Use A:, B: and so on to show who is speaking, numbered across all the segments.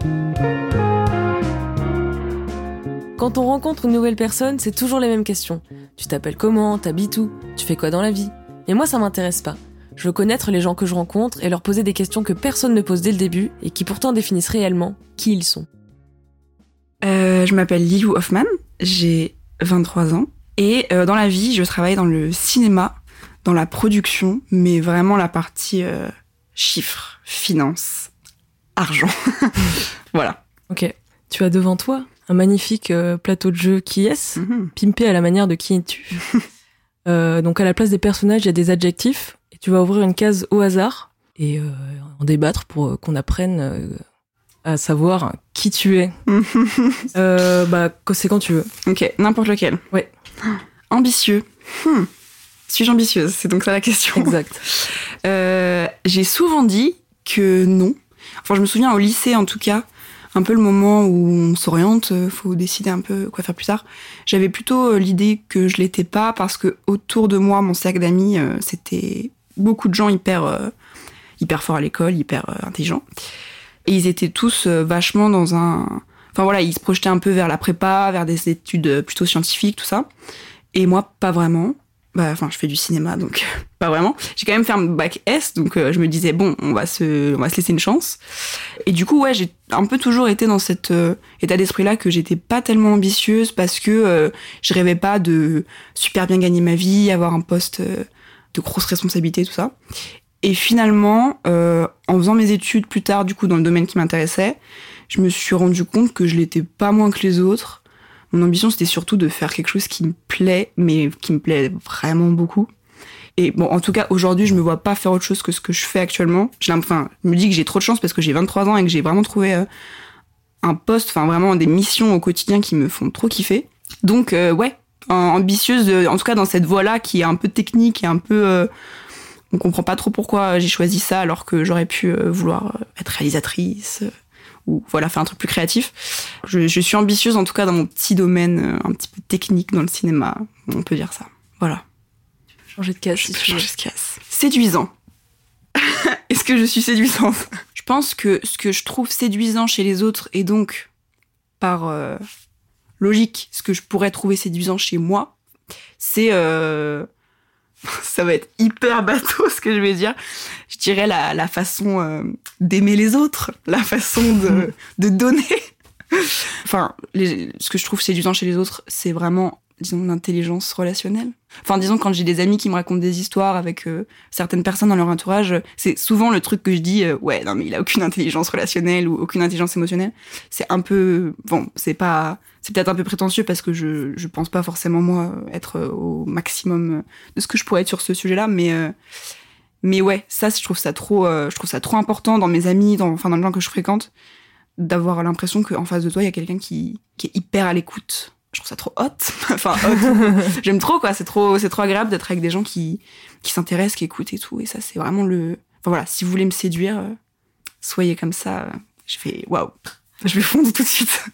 A: Quand on rencontre une nouvelle personne, c'est toujours les mêmes questions. Tu t'appelles comment? T'habites où? Tu fais quoi dans la vie? Mais moi, ça m'intéresse pas. Je veux connaître les gens que je rencontre et leur poser des questions que personne ne pose dès le début et qui pourtant définissent réellement qui ils sont.
B: Je m'appelle Lilou Hoffman, j'ai 23 ans et dans la vie, je travaille dans le cinéma, dans la production, mais vraiment la partie chiffres, finances, argent. Voilà.
A: Ok. Tu as devant toi un magnifique plateau de jeu Qui est-ce, pimpé à la manière de Qui es-tu. Donc à la place des personnages, il y a des adjectifs et tu vas ouvrir une case au hasard et en débattre pour qu'on apprenne à savoir qui tu es. C'est quand tu veux.
B: Ok, n'importe lequel.
A: Ouais.
B: Ambitieux. Suis-je ambitieuse? C'est donc ça la question.
A: Exact.
B: J'ai souvent dit que non. Enfin, je me souviens au lycée en tout cas, un peu le moment où on s'oriente, faut décider un peu quoi faire plus tard. J'avais plutôt l'idée que je l'étais pas parce que autour de moi, mon cercle d'amis, c'était beaucoup de gens hyper forts à l'école, hyper intelligents. Et ils étaient tous vachement dans un... Enfin voilà, ils se projetaient un peu vers la prépa, vers des études plutôt scientifiques, tout ça. Et moi, pas vraiment. Je fais du cinéma, donc pas vraiment. J'ai quand même fait un bac S, donc je me disais, bon, on va se laisser une chance. Et du coup, ouais, j'ai un peu toujours été dans cet état d'esprit-là que j'étais pas tellement ambitieuse parce que je rêvais pas de super bien gagner ma vie, avoir un poste de grosse responsabilité, tout ça. Et finalement, en faisant mes études plus tard, du coup, dans le domaine qui m'intéressait, je me suis rendu compte que je l'étais pas moins que les autres. Mon ambition, c'était surtout de faire quelque chose qui me plaît, mais qui me plaît vraiment beaucoup. Et bon, en tout cas, aujourd'hui, je me vois pas faire autre chose que ce que je fais actuellement. Je me dis que j'ai trop de chance parce que j'ai 23 ans et que j'ai vraiment trouvé un poste, vraiment des missions au quotidien qui me font trop kiffer. Donc, ouais, ambitieuse, en tout cas dans cette voie-là qui est un peu technique et un peu... on comprend pas trop pourquoi j'ai choisi ça alors que j'aurais pu vouloir être réalisatrice... ou voilà, faire un truc plus créatif. Je suis ambitieuse, en tout cas, dans mon petit domaine un petit peu technique dans le cinéma. On peut dire ça. Voilà.
A: Changer de case, si tu veux.
B: Changer de case. Séduisant. Est-ce que je suis séduisante? Je pense que ce que je trouve séduisant chez les autres, et donc, par logique, ce que je pourrais trouver séduisant chez moi, c'est... ça va être hyper bateau ce que je vais dire. Je dirais la façon d'aimer les autres, la façon de donner. Ce que je trouve séduisant chez les autres, c'est vraiment, disons, l'intelligence relationnelle. Disons, quand j'ai des amis qui me racontent des histoires avec certaines personnes dans leur entourage, c'est souvent le truc que je dis, ouais, non mais il a aucune intelligence relationnelle ou aucune intelligence émotionnelle. C'est un peu... Bon, c'est peut-être un peu prétentieux parce que je pense pas forcément, moi, être au maximum de ce que je pourrais être sur ce sujet-là, mais ouais, ça, je trouve ça trop important dans mes amis, dans les gens que je fréquente, d'avoir l'impression qu'en face de toi, il y a quelqu'un qui est hyper à l'écoute. Je trouve ça trop hot. J'aime trop, quoi. C'est trop agréable d'être avec des gens qui s'intéressent, qui écoutent et tout. Et ça, c'est vraiment si vous voulez me séduire, soyez comme ça. Je fais, waouh. Je vais fondre tout de suite.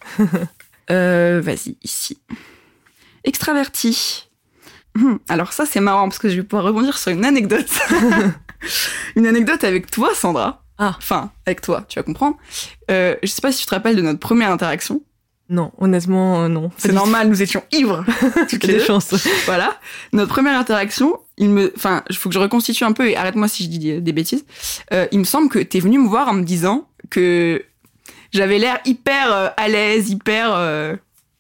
B: Vas-y, ici. Extraverti. Alors ça, c'est marrant parce que je vais pouvoir rebondir sur une anecdote. Une anecdote avec toi, Sandra. Avec toi, tu vas comprendre. Je sais pas si tu te rappelles de notre première interaction.
A: Non, honnêtement, non.
B: C'est normal, nous étions ivres.
A: Toutes les chances.
B: Voilà. Notre première interaction, il faut que je reconstitue un peu et arrête-moi si je dis des bêtises. Il me semble que t'es venu me voir en me disant que j'avais l'air hyper à l'aise, hyper...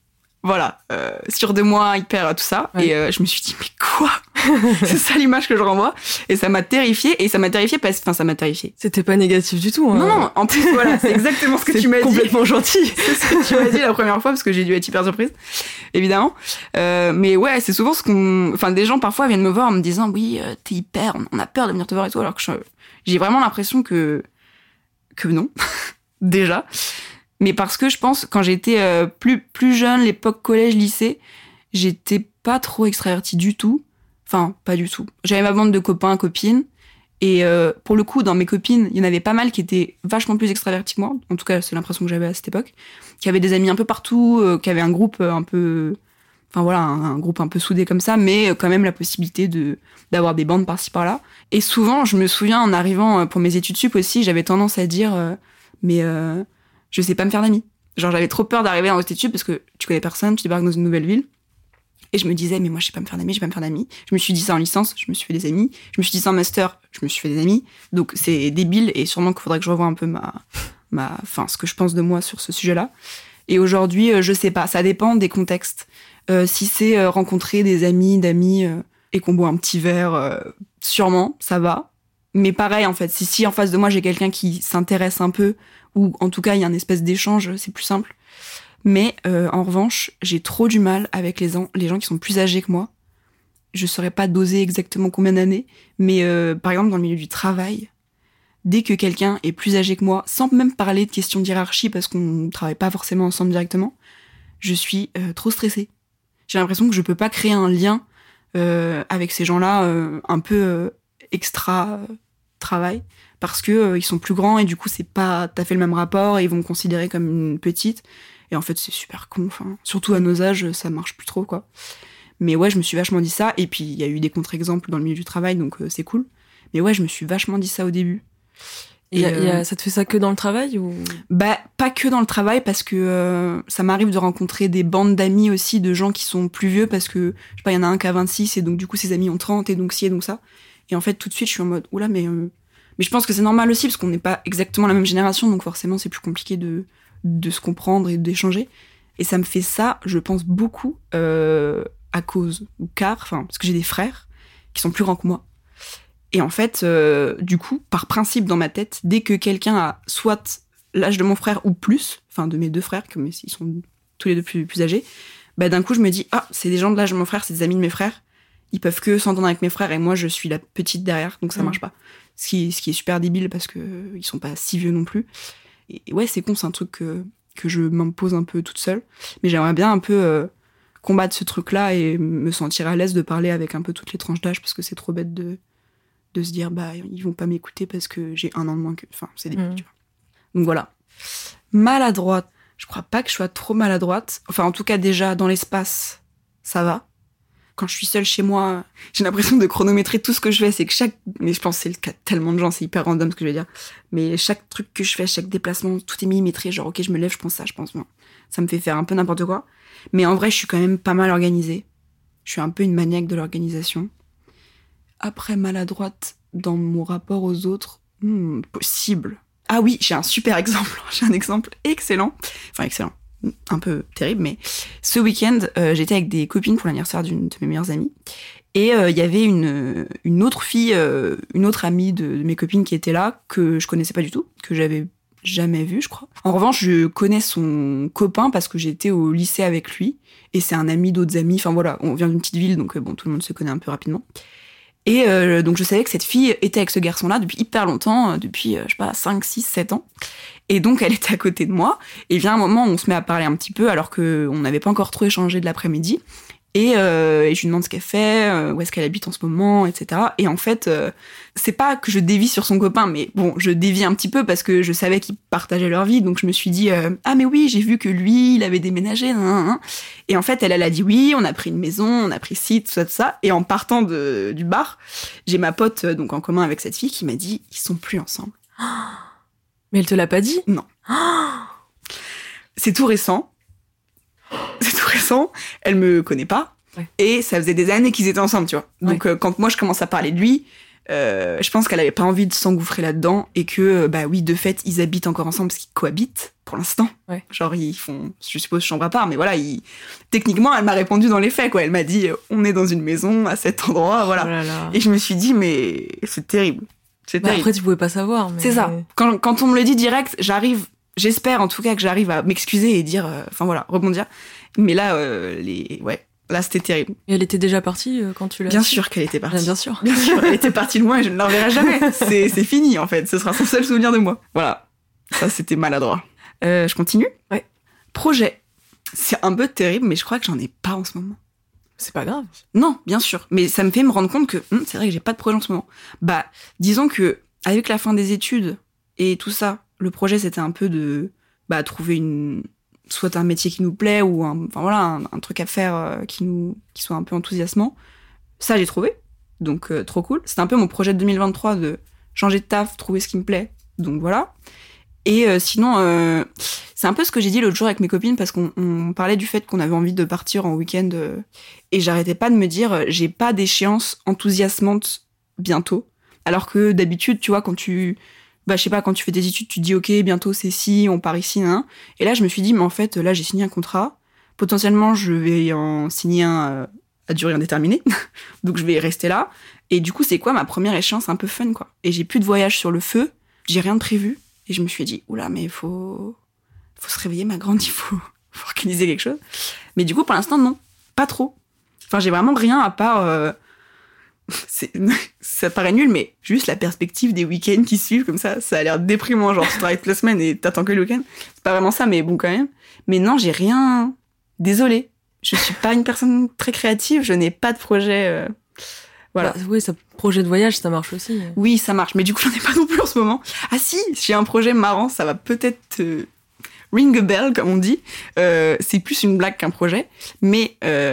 B: sûre de moi, hyper tout ça. Ouais. Et je me suis dit, mais quoi? C'est ça l'image que je renvoie. Et ça m'a terrifiée. Ça m'a terrifiée.
A: C'était pas négatif du tout. Hein.
B: Non, en plus, voilà, c'est exactement ce que tu m'as dit.
A: C'est complètement gentil.
B: C'est ce que tu m'as dit la première fois, parce que j'ai dû être hyper surprise, évidemment. Mais ouais, c'est souvent des gens parfois viennent me voir en me disant, oui, t'es hyper, on a peur de venir te voir et tout, alors que j'ai vraiment l'impression que non, déjà. Mais parce que je pense, quand j'étais plus jeune, l'époque collège-lycée, j'étais pas trop extravertie du tout. Enfin, pas du tout. J'avais ma bande de copains, copines. Et pour le coup, dans mes copines, il y en avait pas mal qui étaient vachement plus extraverties que moi. En tout cas, c'est l'impression que j'avais à cette époque. Qui avaient des amis un peu partout, qui avaient un groupe un peu... un groupe un peu soudé comme ça, mais quand même la possibilité d'avoir des bandes par-ci par-là. Et souvent, je me souviens, en arrivant pour mes études sup aussi, j'avais tendance à dire je sais pas me faire d'amis. Genre, j'avais trop peur d'arriver en haute études parce que tu connais personne, tu débarques dans une nouvelle ville. Et je me disais, mais moi, je sais pas me faire d'amis, je sais pas me faire d'amis. Je me suis dit ça en licence, je me suis fait des amis. Je me suis dit ça en master, je me suis fait des amis. Donc, c'est débile et sûrement qu'il faudrait que je revoie un peu ce que je pense de moi sur ce sujet-là. Et aujourd'hui, je sais pas, ça dépend des contextes. Si c'est rencontrer des amis, d'amis et qu'on boit un petit verre, sûrement, ça va. Mais pareil, en fait, si en face de moi, j'ai quelqu'un qui s'intéresse un peu, ou en tout cas, il y a une espèce d'échange, c'est plus simple. Mais en revanche, j'ai trop du mal avec les gens qui sont plus âgés que moi. Je saurais pas doser exactement combien d'années, mais par exemple, dans le milieu du travail, dès que quelqu'un est plus âgé que moi, sans même parler de questions d'hiérarchie, parce qu'on travaille pas forcément ensemble directement, je suis trop stressée. J'ai l'impression que je peux pas créer un lien avec ces gens-là un peu extra travail, parce que ils sont plus grands et du coup c'est pas tout à fait le même rapport et ils vont me considérer comme une petite. Et en fait c'est super con. Enfin, surtout à nos âges, ça marche plus trop quoi. Mais ouais, je me suis vachement dit ça. Et puis il y a eu des contre-exemples dans le milieu du travail, donc c'est cool. Mais ouais, je me suis vachement dit ça au début.
A: Et ça te fait ça que dans le travail ou?
B: Bah, pas que dans le travail, parce que ça m'arrive de rencontrer des bandes d'amis aussi, de gens qui sont plus vieux, parce que, je sais pas, il y en a un qui a 26, et donc du coup ses amis ont 30, et donc ci et donc ça. Et en fait, tout de suite, je suis en mode, oula, mais je pense que c'est normal aussi, parce qu'on n'est pas exactement la même génération, donc forcément, c'est plus compliqué de se comprendre et d'échanger. Et ça me fait ça, je pense, beaucoup à cause, ou parce que j'ai des frères qui sont plus grands que moi. Et en fait, du coup, par principe dans ma tête, dès que quelqu'un a soit l'âge de mon frère ou plus, enfin de mes deux frères, comme ils sont tous les deux plus âgés, bah d'un coup je me dis, ah, c'est des gens de l'âge de mon frère, c'est des amis de mes frères, ils peuvent que s'entendre avec mes frères et moi je suis la petite derrière, donc ça marche pas. Ce qui est super débile parce que ils sont pas si vieux non plus. Et ouais, c'est con, c'est un truc que je m'impose un peu toute seule, mais j'aimerais bien un peu combattre ce truc-là et me sentir à l'aise de parler avec un peu toutes les tranches d'âge, parce que c'est trop bête de se dire, bah, ils vont pas m'écouter parce que j'ai un an de moins que... Enfin, c'est débile, tu vois. Donc voilà. Maladroite. Je crois pas que je sois trop maladroite. Enfin, en tout cas, déjà, dans l'espace, ça va. Quand je suis seule chez moi, j'ai l'impression de chronométrer tout ce que je fais. C'est que mais je pense que c'est le cas de tellement de gens, c'est hyper random ce que je vais dire. Mais chaque truc que je fais, chaque déplacement, tout est millimétré. Genre, ok, je me lève, je pense ça, je pense... Bon, ça me fait faire un peu n'importe quoi. Mais en vrai, je suis quand même pas mal organisée. Je suis un peu une maniaque de l'organisation. Après, maladroite dans mon rapport aux autres, possible. Ah oui, j'ai un super exemple. J'ai un exemple excellent. Enfin, excellent. Un peu terrible, mais ce week-end, j'étais avec des copines pour l'anniversaire d'une de mes meilleures amies. Et il y avait une autre fille, une autre amie de mes copines qui était là, que je connaissais pas du tout, que j'avais jamais vue, je crois. En revanche, je connais son copain parce que j'étais au lycée avec lui. Et c'est un ami d'autres amis. Enfin voilà, on vient d'une petite ville, donc bon, tout le monde se connaît un peu rapidement. Et donc je savais que cette fille était avec ce garçon-là depuis hyper longtemps, depuis, je sais pas, 5, 6, 7 ans. Et donc elle était à côté de moi. Et vient un moment où on se met à parler un petit peu, alors qu'on n'avait pas encore trop échangé de l'après-midi. Et je lui demande ce qu'elle fait, où est-ce qu'elle habite en ce moment, etc. Et en fait, c'est pas que je dévie sur son copain, mais bon, je dévie un petit peu parce que je savais qu'ils partageaient leur vie. Donc je me suis dit, ah mais oui, j'ai vu que lui, il avait déménagé. Et en fait, elle a dit oui, on a pris une maison, on a pris ci, tout ça. Et en partant du bar, j'ai ma pote donc en commun avec cette fille qui m'a dit, ils sont plus ensemble.
A: Mais elle te l'a pas dit?
B: Non. C'est tout récent. Elle me connaît pas. Ouais. Et ça faisait des années qu'ils étaient ensemble, tu vois. Donc, quand moi, je commence à parler de lui, je pense qu'elle avait pas envie de s'engouffrer là-dedans et que, bah oui, de fait, ils habitent encore ensemble parce qu'ils cohabitent, pour l'instant. Ouais. Genre, ils font, je suppose, chambre à part, mais voilà, techniquement, elle m'a répondu dans les faits, quoi. Elle m'a dit, on est dans une maison, à cet endroit, voilà. Oh là là. Et je me suis dit, mais c'est terrible. C'est terrible.
A: Après, tu pouvais pas savoir, mais...
B: C'est ça. Quand on me le dit direct, j'espère en tout cas que j'arrive à m'excuser et dire, voilà, rebondir. Mais là, là, c'était terrible.
A: Et elle était déjà partie quand tu l'as...
B: Bien sûr qu'elle était partie.
A: Bien sûr.
B: Bien sûr, elle était partie de moi et je ne la reverrai jamais. C'est fini, en fait. Ce sera son seul souvenir de moi. Voilà. Ça, c'était maladroit. Je continue ?
A: Ouais.
B: Projet. C'est un peu terrible, mais je crois que j'en ai pas en ce moment.
A: C'est pas grave.
B: Non, bien sûr. Mais ça me fait me rendre compte que c'est vrai que j'ai pas de projet en ce moment. Bah, disons que avec la fin des études et tout ça, le projet, c'était un peu de trouver soit un métier qui nous plaît ou un truc à faire qui soit un peu enthousiasmant. Ça, j'ai trouvé. Donc, trop cool. C'était un peu mon projet de 2023 de changer de taf, trouver ce qui me plaît. Donc, voilà. Et sinon, c'est un peu ce que j'ai dit l'autre jour avec mes copines parce qu'on parlait du fait qu'on avait envie de partir en week-end et j'arrêtais pas de me dire j'ai pas d'échéance enthousiasmante bientôt. Alors que d'habitude, tu vois, quand tu fais tes études, tu te dis ok, bientôt c'est ci, on part ici, hein. Et là, je me suis dit mais en fait, là j'ai signé un contrat. Potentiellement, je vais en signer un à durée indéterminée, donc je vais rester là. Et du coup, c'est quoi ma première échéance un peu fun, quoi. Et j'ai plus de voyage sur le feu, j'ai rien de prévu. Et je me suis dit, oula, mais il faut se réveiller, ma grande, faut organiser quelque chose. Mais du coup, pour l'instant, non, pas trop. Enfin, j'ai vraiment rien à part... ça paraît nul, mais juste la perspective des week-ends qui suivent, comme ça a l'air déprimant. Genre, tu travailles toute la semaine et t'attends que le week-end. C'est pas vraiment ça, mais bon, quand même. Mais non, j'ai rien... Désolée. Je suis pas une personne très créative, je n'ai pas de projet... Voilà.
A: Bah, oui, ça, projet de voyage, ça marche aussi.
B: Oui, ça marche, mais du coup, j'en ai pas non plus en ce moment. Ah si, j'ai un projet marrant, ça va peut-être ring a bell, comme on dit. C'est plus une blague qu'un projet. Mais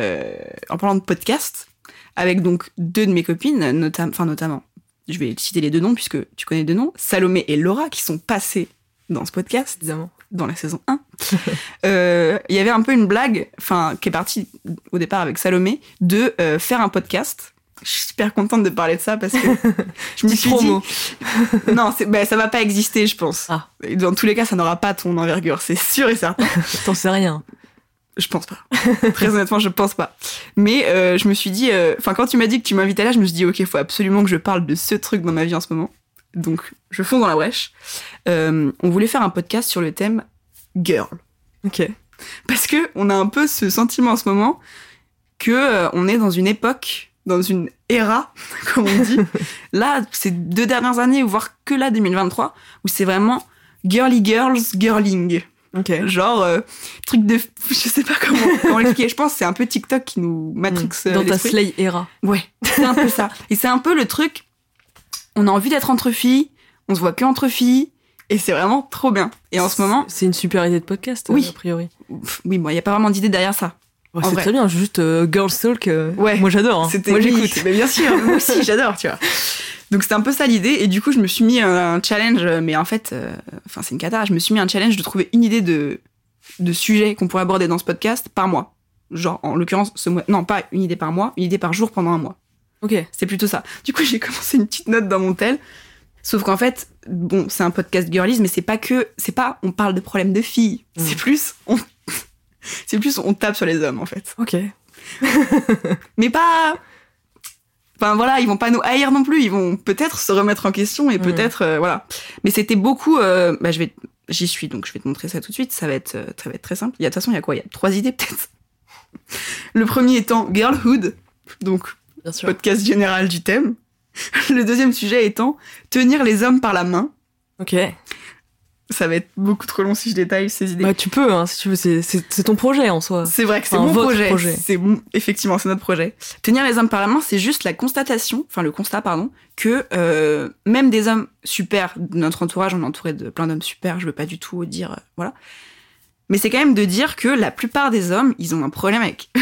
B: en parlant de podcast, avec donc 2 de mes copines, notamment, je vais citer les 2 noms, puisque tu connais les 2 noms, Salomé et Laura, qui sont passées dans ce podcast,
A: évidemment,
B: dans la saison 1. Il y avait un peu une blague, qui est partie au départ avec Salomé, de faire un podcast. Je suis super contente de parler de ça parce que je me suis dit... Non, ça va pas exister, je pense. Ah. Dans tous les cas, ça n'aura pas ton envergure, c'est sûr et certain.
A: T'en sais rien.
B: Je pense pas. Très honnêtement, je pense pas. Mais je me suis dit... quand tu m'as dit que tu m'invitais là, je me suis dit, ok, il faut absolument que je parle de ce truc dans ma vie en ce moment. Donc, je fonce dans la brèche. On voulait faire un podcast sur le thème girl.
A: Ok.
B: Parce que on a un peu ce sentiment en ce moment que on est dans une époque... dans une era, comme on dit. Là, ces 2 dernières années, voire que là, 2023, où c'est vraiment girly girls, girling.
A: Okay.
B: Genre, truc de... Je sais pas comment l'expliquer. Je pense que c'est un peu TikTok qui nous matrix
A: dans ta
B: l'esprit.
A: slay era.
B: Ouais, c'est un peu ça. Et c'est un peu le truc, on a envie d'être entre filles, on se voit que entre filles, et c'est vraiment trop bien. Et en ce moment...
A: C'est une super idée de podcast,
B: oui.
A: A priori.
B: Oui, bon, il n'y a pas vraiment d'idée derrière ça.
A: Ouais, c'est vrai. Très bien, juste Girls Talk.
B: Ouais.
A: Moi j'adore. Hein. Moi j'écoute.
B: Mais bien sûr, moi aussi j'adore, tu vois. Donc c'était un peu ça l'idée, et du coup je me suis mis un challenge, mais en fait, c'est une cata. Je me suis mis un challenge de trouver une idée de sujet qu'on pourrait aborder dans ce podcast par mois. Genre en l'occurrence ce mois, non pas une idée par mois, une idée par jour pendant un mois.
A: Ok.
B: C'est plutôt ça. Du coup j'ai commencé une petite note dans mon tel. Sauf qu'en fait, bon, c'est un podcast girlies, mais c'est pas on parle de problèmes de filles. C'est plus on tape sur les hommes, en fait.
A: Ok.
B: Mais pas... Enfin, voilà, ils vont pas nous haïr non plus. Ils vont peut-être se remettre en question et peut-être... voilà. Mais c'était beaucoup... j'y suis, donc je vais te montrer ça tout de suite. Ça va être très simple. De toute façon, il y a quoi ? Il y a 3 idées, peut-être. Le premier étant girlhood. Donc, podcast général du thème. Le deuxième sujet étant tenir les hommes par la main.
A: Ok.
B: Ça va être beaucoup trop long si je détaille ces idées.
A: Bah, tu peux, hein, si tu veux, c'est ton projet en soi.
B: C'est vrai que c'est mon projet. Effectivement, c'est notre projet. Tenir les hommes par la main, c'est juste le constat, que même des hommes super de notre entourage, on est entouré de plein d'hommes super, je veux pas du tout dire, voilà. Mais c'est quand même de dire que la plupart des hommes, ils ont un problème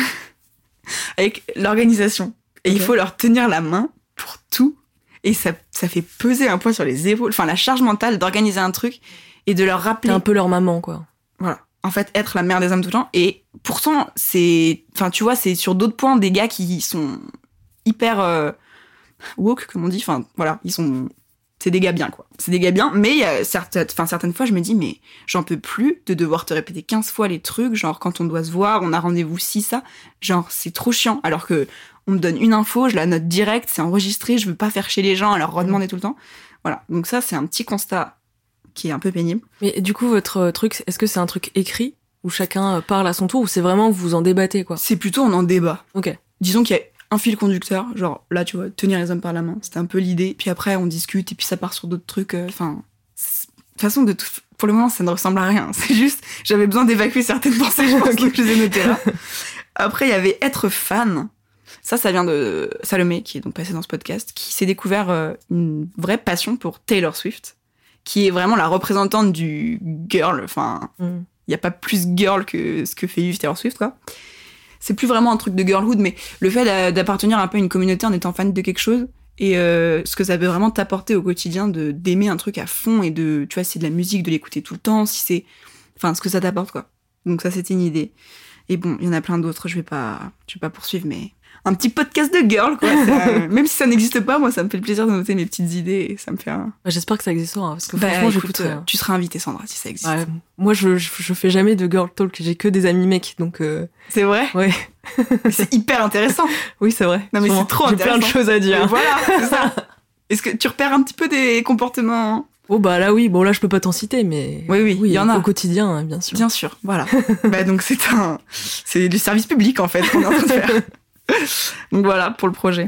B: avec l'organisation. Et il faut leur tenir la main pour tout. Et ça fait peser un poids sur les épaules. Enfin, la charge mentale d'organiser un truc et de leur rappeler...
A: T'es un peu leur maman, quoi.
B: Voilà. En fait, être la mère des hommes tout le temps. Et pourtant, c'est... Enfin, tu vois, c'est sur d'autres points des gars qui sont hyper woke, comme on dit. Enfin, voilà, ils sont... C'est des gars bien, quoi. C'est des gars bien, mais il y a certaines fois, je me dis, mais j'en peux plus de devoir te répéter 15 fois les trucs. Genre, quand on doit se voir, on a rendez-vous ci, ça. Genre, c'est trop chiant. Alors que on me donne une info, je la note direct, c'est enregistré, je veux pas faire chier les gens à leur redemander tout le temps. Voilà. Donc ça, c'est un petit constat qui est un peu pénible.
A: Mais du coup, votre truc, est-ce que c'est un truc écrit où chacun parle à son tour ou c'est vraiment que vous en débattez, quoi ?
B: C'est plutôt on en débat.
A: Ok.
B: Disons qu'il y a un fil conducteur, genre là, tu vois, tenir les hommes par la main, c'était un peu l'idée. Puis après, on discute et puis ça part sur d'autres trucs. De toute façon, pour le moment, ça ne ressemble à rien. C'est juste, j'avais besoin d'évacuer certaines pensées, je pense, donc je les ai notées là. Après, il y avait être fan. Ça vient de Salomé, qui est donc passé dans ce podcast, qui s'est découvert une vraie passion pour Taylor Swift, qui est vraiment la représentante du girl. Enfin, il n'y a pas plus girl que ce que fait vivre Taylor Swift, quoi. C'est plus vraiment un truc de girlhood, mais le fait d'appartenir un peu à une communauté en étant fan de quelque chose Et ce que ça peut vraiment t'apporter au quotidien d'aimer un truc à fond et tu vois, c'est de la musique, de l'écouter tout le temps, si c'est... Enfin, ce que ça t'apporte, quoi. Donc ça, c'était une idée. Et bon, il y en a plein d'autres, je vais pas poursuivre, mais... Un petit podcast de girl, quoi. Même si ça n'existe pas, moi, ça me fait le plaisir de noter mes petites idées et ça me fait un...
A: J'espère que ça existera, parce que franchement, j'écoute...
B: Tu seras invitée, Sandra, si ça existe.
A: Ouais, moi, je fais jamais de girl talk, j'ai que des amis mecs, donc...
B: C'est vrai?
A: Ouais.
B: C'est hyper intéressant.
A: Oui, c'est vrai.
B: Non, mais c'est trop intéressant.
A: J'ai plein de choses à dire.
B: Voilà, c'est ça. Est-ce que tu repères un petit peu des comportements...
A: Oh bah là oui, bon là je peux pas t'en citer, mais
B: oui, il y en a
A: au quotidien, hein, bien sûr.
B: Bien sûr, voilà. Donc c'est du service public en fait qu'on est en train de faire. Donc voilà pour le projet.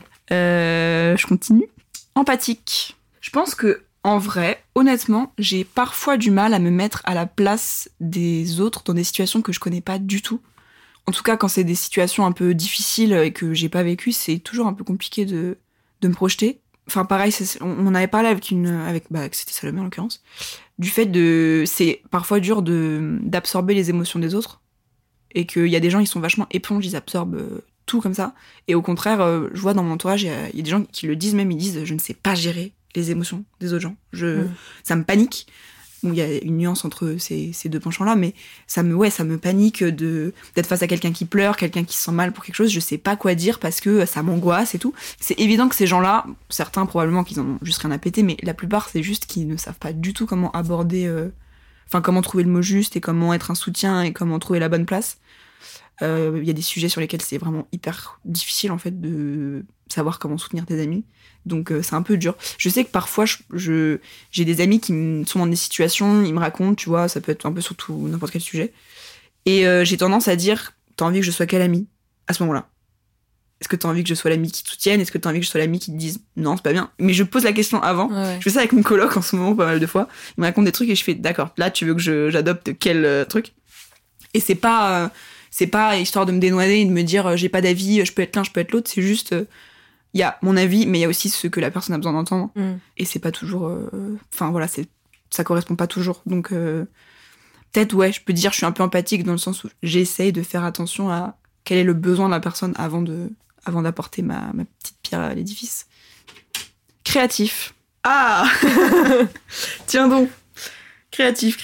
B: Je continue. Empathique. Je pense que en vrai, honnêtement, j'ai parfois du mal à me mettre à la place des autres dans des situations que je connais pas du tout. En tout cas, quand c'est des situations un peu difficiles et que j'ai pas vécu, c'est toujours un peu compliqué de me projeter. Enfin, pareil, on en avait parlé avec c'était Salomé en l'occurrence, du fait c'est parfois dur d'absorber les émotions des autres, et qu'il y a des gens, ils sont vachement éponges, ils absorbent tout comme ça, et au contraire, je vois dans mon entourage, il y a des gens qui le disent même, ils disent, je ne sais pas gérer les émotions des autres gens, ça me panique. Bon, il y a une nuance entre ces deux penchants-là, mais ça me panique d'être face à quelqu'un qui pleure, quelqu'un qui se sent mal pour quelque chose, je sais pas quoi dire parce que ça m'angoisse et tout. C'est évident que ces gens-là, certains probablement qu'ils en ont juste rien à péter, mais la plupart c'est juste qu'ils ne savent pas du tout comment aborder, comment trouver le mot juste et comment être un soutien et comment trouver la bonne place. Il y a des sujets sur lesquels c'est vraiment hyper difficile en fait de savoir comment soutenir tes amis. Donc c'est un peu dur. Je sais que parfois j'ai des amis qui sont dans des situations, ils me racontent, tu vois, ça peut être un peu sur tout n'importe quel sujet. Et j'ai tendance à dire, t'as envie que je sois quel ami à ce moment-là? Est-ce que t'as envie que je sois l'ami qui te soutienne? Est-ce que t'as envie que je sois l'ami qui te dise non, c'est pas bien? Mais je pose la question avant. Ouais. Je fais ça avec mon coloc en ce moment pas mal de fois. Il me raconte des trucs et je fais d'accord, là tu veux que j'adopte quel truc? Et c'est pas histoire de me dénouer et de me dire j'ai pas d'avis, je peux être l'un, je peux être l'autre, c'est juste il y a mon avis, mais il y a aussi ce que la personne a besoin d'entendre. Et c'est pas toujours... ça correspond pas toujours. Donc, peut-être, ouais, je peux dire je suis un peu empathique dans le sens où j'essaye de faire attention à quel est le besoin de la personne avant d'apporter ma petite pierre à l'édifice. Créatif. Ah Tiens donc. Créatif.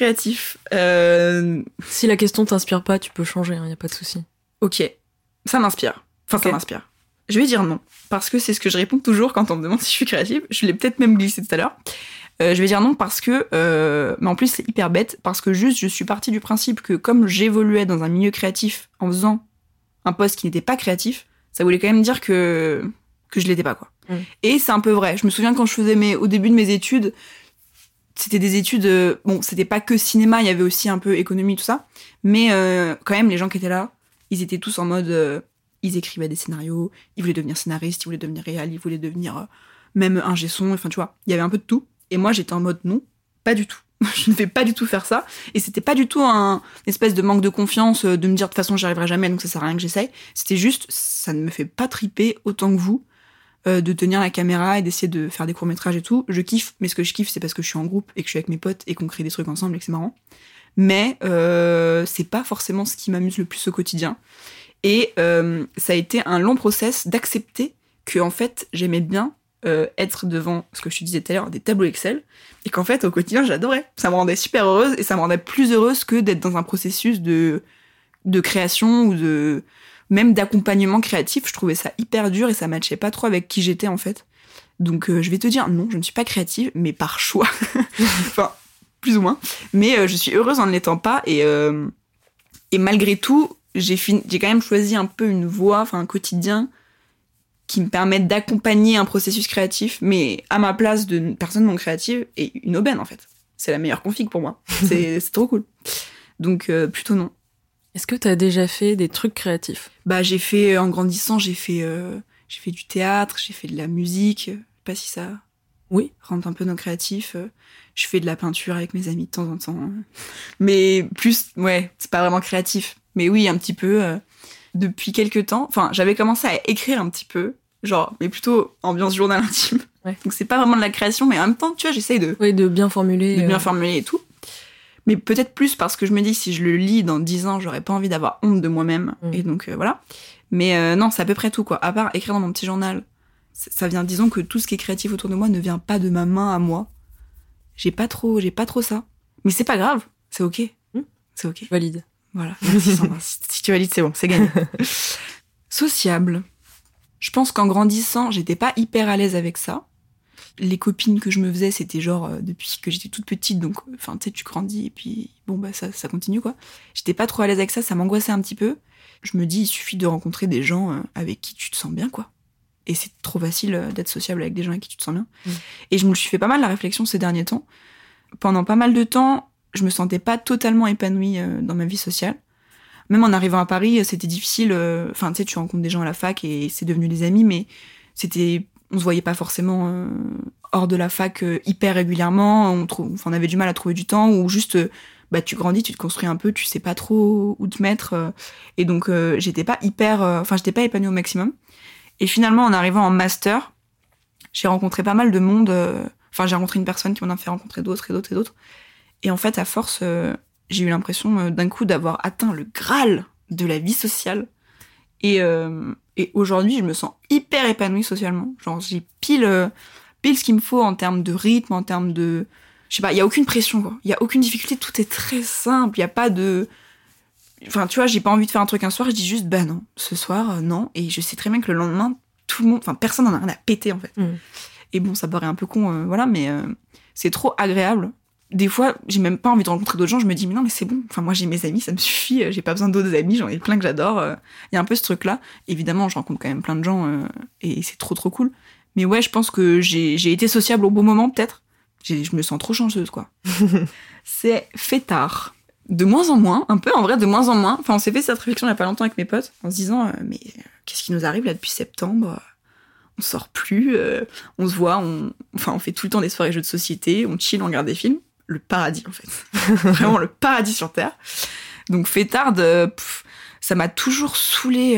A: Si la question t'inspire pas, tu peux changer, y a pas de souci.
B: Ok. Ça m'inspire. Enfin, okay. Ça m'inspire. Je vais dire non, parce que c'est ce que je réponds toujours quand on me demande si je suis créative. Je l'ai peut-être même glissé tout à l'heure. Je vais dire non parce que... mais en plus, c'est hyper bête, parce que juste, je suis partie du principe que comme j'évoluais dans un milieu créatif en faisant un poste qui n'était pas créatif, ça voulait quand même dire que je l'étais pas, quoi. Et c'est un peu vrai. Je me souviens quand je faisais au début de mes études, c'était des études... c'était pas que cinéma, il y avait aussi un peu économie, tout ça. Mais quand même, les gens qui étaient là, ils étaient tous en mode... ils écrivaient des scénarios, ils voulaient devenir scénaristes, ils voulaient devenir réal, ils voulaient devenir même ingé son, enfin tu vois, il y avait un peu de tout. Et moi j'étais en mode non, pas du tout. Je ne vais pas du tout faire ça. Et c'était pas du tout un espèce de manque de confiance, de me dire de toute façon j'y arriverai jamais, donc ça sert à rien que j'essaye. C'était juste, ça ne me fait pas triper autant que vous, de tenir la caméra et d'essayer de faire des courts-métrages et tout. Je kiffe, mais ce que je kiffe c'est parce que je suis en groupe et que je suis avec mes potes et qu'on crée des trucs ensemble et que c'est marrant. Mais c'est pas forcément ce qui m'amuse le plus au quotidien. Et ça a été un long process d'accepter que en fait j'aimais bien être devant ce que je te disais tout à l'heure, des tableaux Excel, et qu'en fait au quotidien j'adorais. Ça me rendait super heureuse et ça me rendait plus heureuse que d'être dans un processus de création ou même d'accompagnement créatif. Je trouvais ça hyper dur et ça matchait pas trop avec qui j'étais en fait. Donc je vais te dire non, je ne suis pas créative, mais par choix. Enfin plus ou moins. Mais je suis heureuse en ne l'étant pas et malgré tout j'ai quand même choisi un peu une voie, un quotidien qui me permette d'accompagner un processus créatif, mais à ma place de personne non créative et une aubaine en fait. C'est la meilleure config pour moi. C'est trop cool. Donc plutôt non.
A: Est-ce que t'as déjà fait des trucs créatifs?
B: J'ai fait, en grandissant, j'ai fait du théâtre, j'ai fait de la musique. Je sais pas si ça rentre un peu dans le créatif. Je fais de la peinture avec mes amis de temps en temps. Mais plus, c'est pas vraiment créatif. Mais oui, un petit peu, depuis quelques temps. Enfin, j'avais commencé à écrire un petit peu, mais plutôt ambiance journal intime. Ouais. Donc c'est pas vraiment de la création, mais en même temps, tu vois, j'essaye de...
A: Oui, de bien formuler.
B: De bien formuler et tout. Mais peut-être plus parce que je me dis que si je le lis dans 10 ans, j'aurais pas envie d'avoir honte de moi-même. Et donc, voilà. Mais non, c'est à peu près tout, quoi. À part écrire dans mon petit journal ça vient, disons que tout ce qui est créatif autour de moi ne vient pas de ma main à moi. J'ai pas trop ça. Mais c'est pas grave, c'est ok. C'est ok.
A: Je valide.
B: Voilà, merci Sandra. Si tu valides, c'est bon, c'est gagné. Sociable. Je pense qu'en grandissant, j'étais pas hyper à l'aise avec ça. Les copines que je me faisais, c'était genre depuis que j'étais toute petite, donc enfin tu sais, tu grandis et puis bon bah ça continue quoi. J'étais pas trop à l'aise avec ça m'angoissait un petit peu. Je me dis, il suffit de rencontrer des gens avec qui tu te sens bien quoi. Et c'est trop facile d'être sociable avec des gens avec qui tu te sens bien. Et je me suis fait pas mal la réflexion ces derniers temps. Pendant pas mal de temps, je me sentais pas totalement épanouie dans ma vie sociale. Même en arrivant à Paris, c'était difficile. Enfin, tu sais, tu rencontres des gens à la fac et c'est devenu des amis, mais on se voyait pas forcément hors de la fac hyper régulièrement. On avait du mal à trouver du temps ou juste, tu grandis, tu te construis un peu, tu sais pas trop où te mettre. Et donc, j'étais pas épanouie au maximum. Et finalement, en arrivant en master, j'ai rencontré pas mal de monde. J'ai rencontré une personne qui m'en a fait rencontrer d'autres et d'autres et d'autres. Et en fait, à force, j'ai eu l'impression d'un coup d'avoir atteint le Graal de la vie sociale. Et aujourd'hui, je me sens hyper épanouie socialement. Genre, j'ai pile ce qu'il me faut en termes de rythme, en termes de... Je sais pas, il y a aucune pression, quoi. Il y a aucune difficulté, tout est très simple. Il y a pas de... Enfin, tu vois, j'ai pas envie de faire un truc un soir, je dis juste, bah non, ce soir, non. Et je sais très bien que le lendemain, tout le monde... Enfin, personne n'en a rien à péter, en fait. Et bon, ça paraît un peu con, voilà, mais c'est trop agréable. Des fois, j'ai même pas envie de rencontrer d'autres gens, je me dis, mais non, mais c'est bon. Enfin, moi, j'ai mes amis, ça me suffit, j'ai pas besoin d'autres amis, j'en ai plein que j'adore. Il y a un peu ce truc-là. Évidemment, je rencontre quand même plein de gens, et c'est trop, trop cool. Mais ouais, je pense que j'ai été sociable au bon moment, peut-être. Je me sens trop chanceuse, quoi. C'est fêtard. De moins en moins, un peu, en vrai, de moins en moins. Enfin, on s'est fait cette réflexion il y a pas longtemps avec mes potes, en se disant, mais qu'est-ce qui nous arrive, là, depuis septembre ? On sort plus, on se voit, on fait tout le temps des soirées jeux de société, on chill, on regarde des films. Le paradis, en fait. Vraiment le paradis sur Terre. Donc, fêtarde, ça m'a toujours saoulée.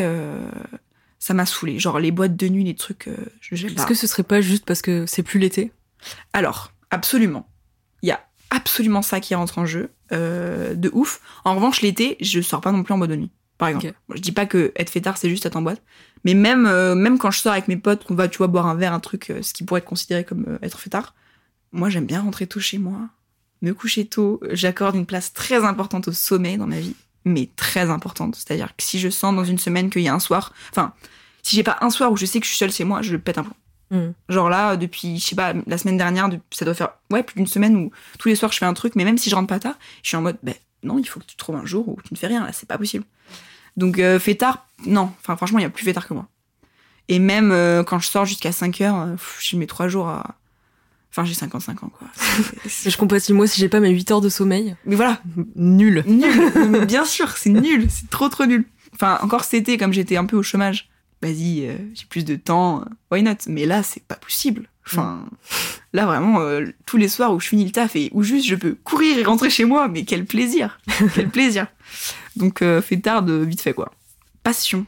B: Ça m'a saoulée. Genre, les boîtes de nuit, les trucs, je gèle pas.
A: Est-ce que ce serait pas juste parce que c'est plus l'été ?
B: Alors, absolument. Il y a absolument ça qui rentre en jeu, de ouf. En revanche, l'été, je sors pas non plus en boîte de nuit, par exemple. Okay. Je dis pas que être fêtard, c'est juste être en boîte. Mais même quand je sors avec mes potes, qu'on va, tu vois, boire un verre, un truc, ce qui pourrait être considéré comme être fêtard, moi, j'aime bien rentrer tôt chez moi. Me coucher tôt, j'accorde une place très importante au sommeil dans ma vie, mais très importante. C'est-à-dire que si je sens dans une semaine qu'il y a un soir... Enfin, si j'ai pas un soir où je sais que je suis seule chez moi, je pète un plomb. Genre là, depuis, je sais pas, la semaine dernière, ça doit faire plus d'une semaine où tous les soirs je fais un truc, mais même si je rentre pas tard, je suis en mode, non, il faut que tu trouves un jour où tu ne fais rien, là, c'est pas possible. Donc fêtard, non. Enfin, franchement, il y a plus fêtard que moi. Et même quand je sors jusqu'à 5h, je mets 3 jours à... Enfin, j'ai 55 ans, quoi.
A: Je compatis, moi, si j'ai pas mes 8 heures de sommeil.
B: Mais voilà.
A: Nul.
B: Nul. Bien sûr, c'est nul. C'est trop, trop nul. Enfin, encore cet été, comme j'étais un peu au chômage, vas-y, j'ai plus de temps, why not? Mais là, c'est pas possible. Enfin, là, vraiment, tous les soirs où je finis le taf et où juste je peux courir et rentrer chez moi, mais quel plaisir. Quel plaisir. Donc, fêtarde, vite fait, quoi. Passion.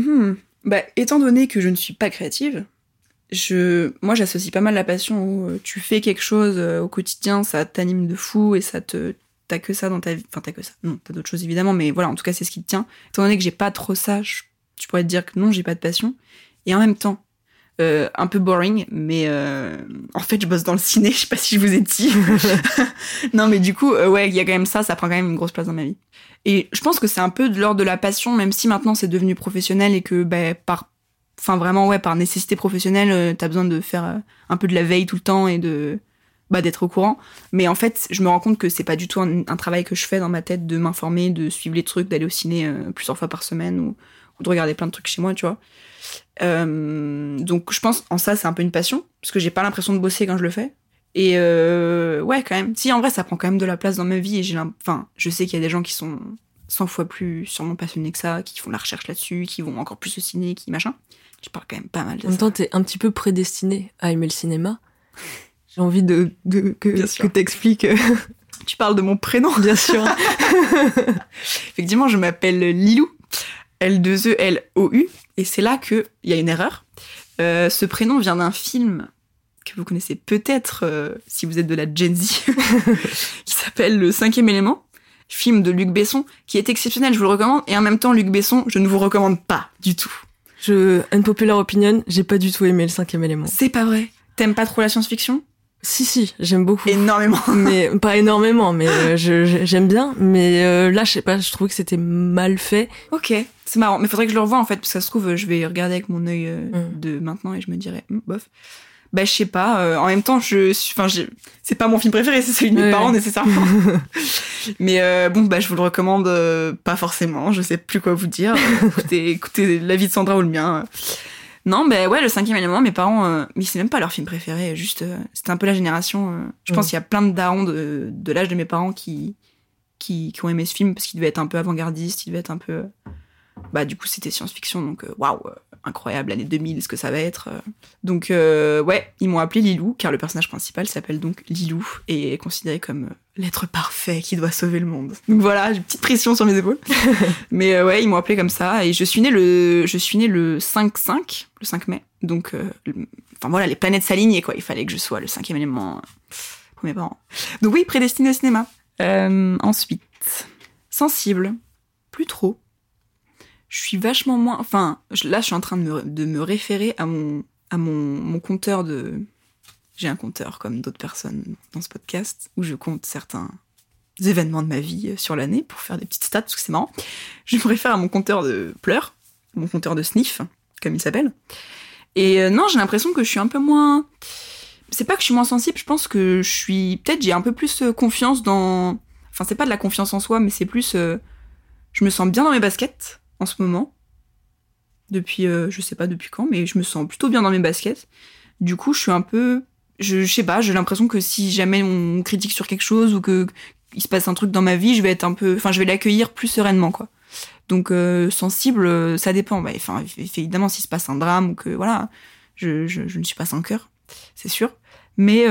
B: Étant donné que je ne suis pas créative, moi, j'associe pas mal la passion où tu fais quelque chose au quotidien, ça t'anime de fou et t'as que ça dans ta vie. Enfin, t'as que ça. Non, t'as d'autres choses évidemment, mais voilà, en tout cas, c'est ce qui te tient. Étant donné que j'ai pas trop ça, tu pourrais te dire que non, j'ai pas de passion. Et en même temps, un peu boring, mais en fait, je bosse dans le ciné, je sais pas si je vous ai dit. Non, mais du coup, il y a quand même ça prend quand même une grosse place dans ma vie. Et je pense que c'est un peu de l'ordre de la passion, même si maintenant c'est devenu professionnel et que par nécessité professionnelle, t'as besoin de faire un peu de la veille tout le temps et d'être au courant. Mais en fait, je me rends compte que c'est pas du tout un travail que je fais dans ma tête de m'informer, de suivre les trucs, d'aller au ciné plusieurs fois par semaine ou de regarder plein de trucs chez moi, tu vois. Donc je pense en ça c'est un peu une passion parce que j'ai pas l'impression de bosser quand je le fais. Et quand même. Si, en vrai, ça prend quand même de la place dans ma vie et je sais qu'il y a des gens qui sont 100 fois plus sûrement passionnés que ça, qui font de la recherche là-dessus, qui vont encore plus au ciné, qui machin. Je parle quand même pas mal de ça.
A: En même temps, t'es un petit peu prédestiné à aimer le cinéma. J'ai envie que t'expliques.
B: Tu parles de mon prénom,
A: bien sûr.
B: Effectivement, je m'appelle Lilou, L2ELOU, et c'est là qu'il y a une erreur. Ce prénom vient d'un film que vous connaissez peut-être si vous êtes de la Gen Z, qui s'appelle Le 5e élément, film de Luc Besson, qui est exceptionnel, je vous le recommande, et en même temps, Luc Besson, je ne vous recommande pas du tout.
A: Unpopular opinion, j'ai pas du tout aimé le 5e élément.
B: C'est pas vrai. T'aimes pas trop la science-fiction ?
A: Si, j'aime beaucoup.
B: Énormément.
A: Mais pas énormément, mais j'aime bien. Mais là, je sais pas, je trouvais que c'était mal fait.
B: Ok, c'est marrant. Mais faudrait que je le revoie en fait, parce que ça se trouve, je vais regarder avec mon œil de maintenant et je me dirais, bof. Bah, je sais pas. En même temps, c'est pas mon film préféré, c'est celui de mes parents nécessairement. Mais bon, bah, je vous le recommande pas forcément. Je sais plus quoi vous dire. Écoutez l'avis de Sandra ou le mien. Non, ben ouais, le 5e élément, mes parents, mais c'est même pas leur film préféré, juste, c'était un peu la génération, je pense qu'il y a plein de darons de l'âge de mes parents qui ont aimé ce film, parce qu'il devait être un peu avant-gardiste, il devait être un peu, bah du coup c'était science-fiction, donc waouh, incroyable, l'année 2000, ce que ça va être. Donc ouais, ils m'ont appelé Lilou, car le personnage principal s'appelle donc Lilou, et est considéré comme l'être parfait qui doit sauver le monde. Donc voilà, j'ai une petite pression sur mes épaules. Mais ouais, ils m'ont appelé comme ça, et je suis née le 5/5, le 5 mai. Donc, enfin voilà, les planètes s'alignaient, quoi. Il fallait que je sois le 5e élément pour mes parents. Donc oui, prédestiné au cinéma. Ensuite, sensible, plus trop. Je suis vachement moins... Enfin, là, je suis en train de me référer à mon compteur de... J'ai un compteur, comme d'autres personnes dans ce podcast, où je compte certains événements de ma vie sur l'année pour faire des petites stats, parce que c'est marrant. Je me réfère à mon compteur de pleurs, mon compteur de sniff, comme il s'appelle. Et non, j'ai l'impression que je suis un peu moins... C'est pas que je suis moins sensible, je pense que peut-être j'ai un peu plus confiance dans... Enfin, c'est pas de la confiance en soi, mais c'est plus... Je me sens bien dans mes baskets, en ce moment. Depuis, je sais pas depuis quand, mais je me sens plutôt bien dans mes baskets. Du coup, je suis un peu... Je sais pas, j'ai l'impression que si jamais on me critique sur quelque chose ou que il se passe un truc dans ma vie, je vais être un peu... Enfin, je vais l'accueillir plus sereinement, quoi. Donc, sensible, ça dépend. Bah, enfin, évidemment, s'il se passe un drame ou que, voilà, je ne suis pas sans cœur, c'est sûr. Mais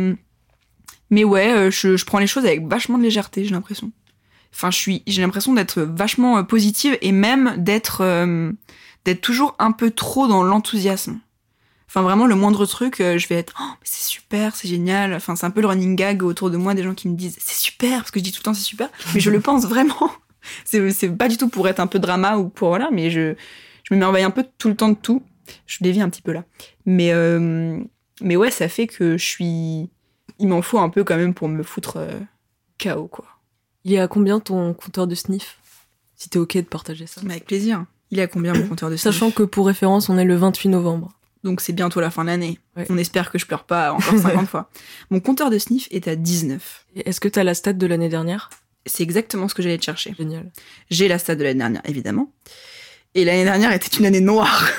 B: ouais, je prends les choses avec vachement de légèreté, j'ai l'impression. Enfin, j'ai l'impression d'être vachement positive et même d'être toujours un peu trop dans l'enthousiasme. Enfin, vraiment, le moindre truc, je vais être « Oh, mais c'est super, c'est génial !» Enfin, c'est un peu le running gag autour de moi, des gens qui me disent « C'est super !» Parce que je dis tout le temps « C'est super !» Mais je le pense vraiment. C'est pas du tout pour être un peu drama ou pour... Voilà, mais je me merveille un peu tout le temps de tout. Je dévie un petit peu là. Mais ouais, ça fait que je suis... Il m'en faut un peu quand même pour me foutre KO, quoi.
A: Il est à combien ton compteur de sniff ? Si t'es ok de partager ça.
B: Mais avec plaisir. Il est à combien mon compteur de sniff ?
A: Sachant que pour référence, on est le 28 novembre.
B: Donc c'est bientôt la fin de l'année.
A: Ouais.
B: On espère que je pleure pas encore 50 fois. Mon compteur de sniff est à 19.
A: Et est-ce que t'as la stat de l'année dernière ?
B: C'est exactement ce que j'allais te chercher.
A: Génial.
B: J'ai la stat de l'année dernière, évidemment. Et l'année dernière était une année noire.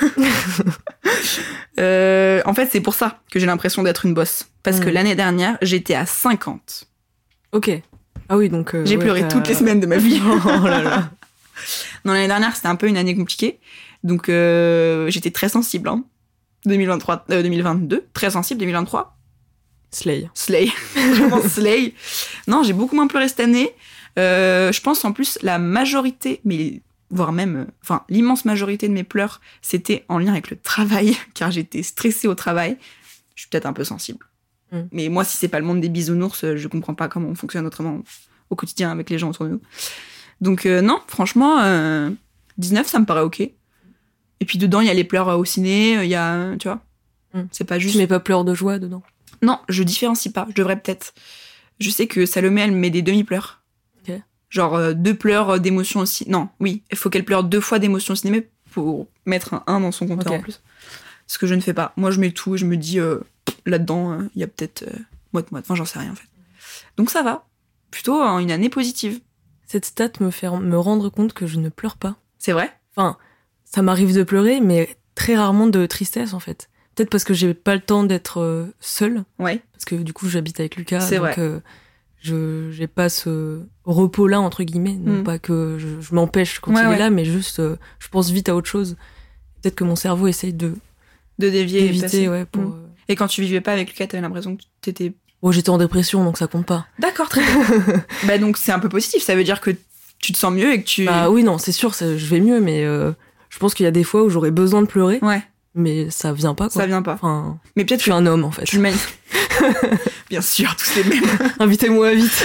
B: En fait, c'est pour ça que j'ai l'impression d'être une bosse. Parce que l'année dernière, j'étais à 50.
A: Ok. Ah oui, donc...
B: j'ai pleuré toutes les semaines de ma vie.
A: Oh là là.
B: Non, l'année dernière, c'était un peu une année compliquée. Donc, j'étais très sensible. Hein. 2022, très sensible. 2023.
A: Slay.
B: Vraiment slay. Non, j'ai beaucoup moins pleuré cette année. Je pense en plus la majorité, mais voire même, enfin l'immense majorité de mes pleurs, c'était en lien avec le travail, car j'étais stressée au travail. Je suis peut-être un peu sensible. Mais moi, si c'est pas le monde des bisounours, je comprends pas comment on fonctionne autrement au quotidien avec les gens autour de nous. Donc non, franchement, 19, ça me paraît ok. Et puis dedans, il y a les pleurs au ciné, il y a, tu vois, c'est pas juste...
A: Tu mets pas pleurs de joie dedans ?
B: Non, je différencie pas, je devrais peut-être. Je sais que Salomé, elle met des demi-pleurs.
A: Ok.
B: Genre 2 pleurs d'émotion aussi. Non, oui, il faut qu'elle pleure 2 fois d'émotion au cinéma pour mettre un 1 dans son compteur en plus. Ce que je ne fais pas. Moi, je mets tout et je me dis, là-dedans, il y a peut-être moite-moite. Enfin, j'en sais rien, en fait. Donc ça va. Plutôt une année positive.
A: Cette stat me fait me rendre compte que je ne pleure pas.
B: C'est vrai ?
A: Enfin, ça m'arrive de pleurer, mais très rarement de tristesse, en fait. Peut-être parce que j'ai pas le temps d'être seule.
B: Ouais.
A: Parce que du coup, j'habite avec Lucas.
B: C'est
A: donc,
B: vrai.
A: J'ai pas ce repos-là, entre guillemets. Non pas que je m'empêche quand il est là, mais juste, je pense vite à autre chose. Peut-être que mon cerveau essaye de
B: dévier.
A: Éviter, ouais. Pour,
B: Et quand tu vivais pas avec Lucas, t'avais l'impression que t'étais...
A: Bon, j'étais en dépression, donc ça compte pas.
B: D'accord, très bien. Bah donc c'est un peu positif, ça veut dire que tu te sens mieux et que tu...
A: Bah oui, non, c'est sûr, je vais mieux, mais je pense qu'il y a des fois où j'aurais besoin de pleurer.
B: Ouais.
A: Mais ça vient pas, quoi.
B: Ça vient pas.
A: Enfin,
B: mais peut-être
A: je suis un homme, en fait.
B: Bien sûr, tous les mêmes.
A: Invitez-moi vite.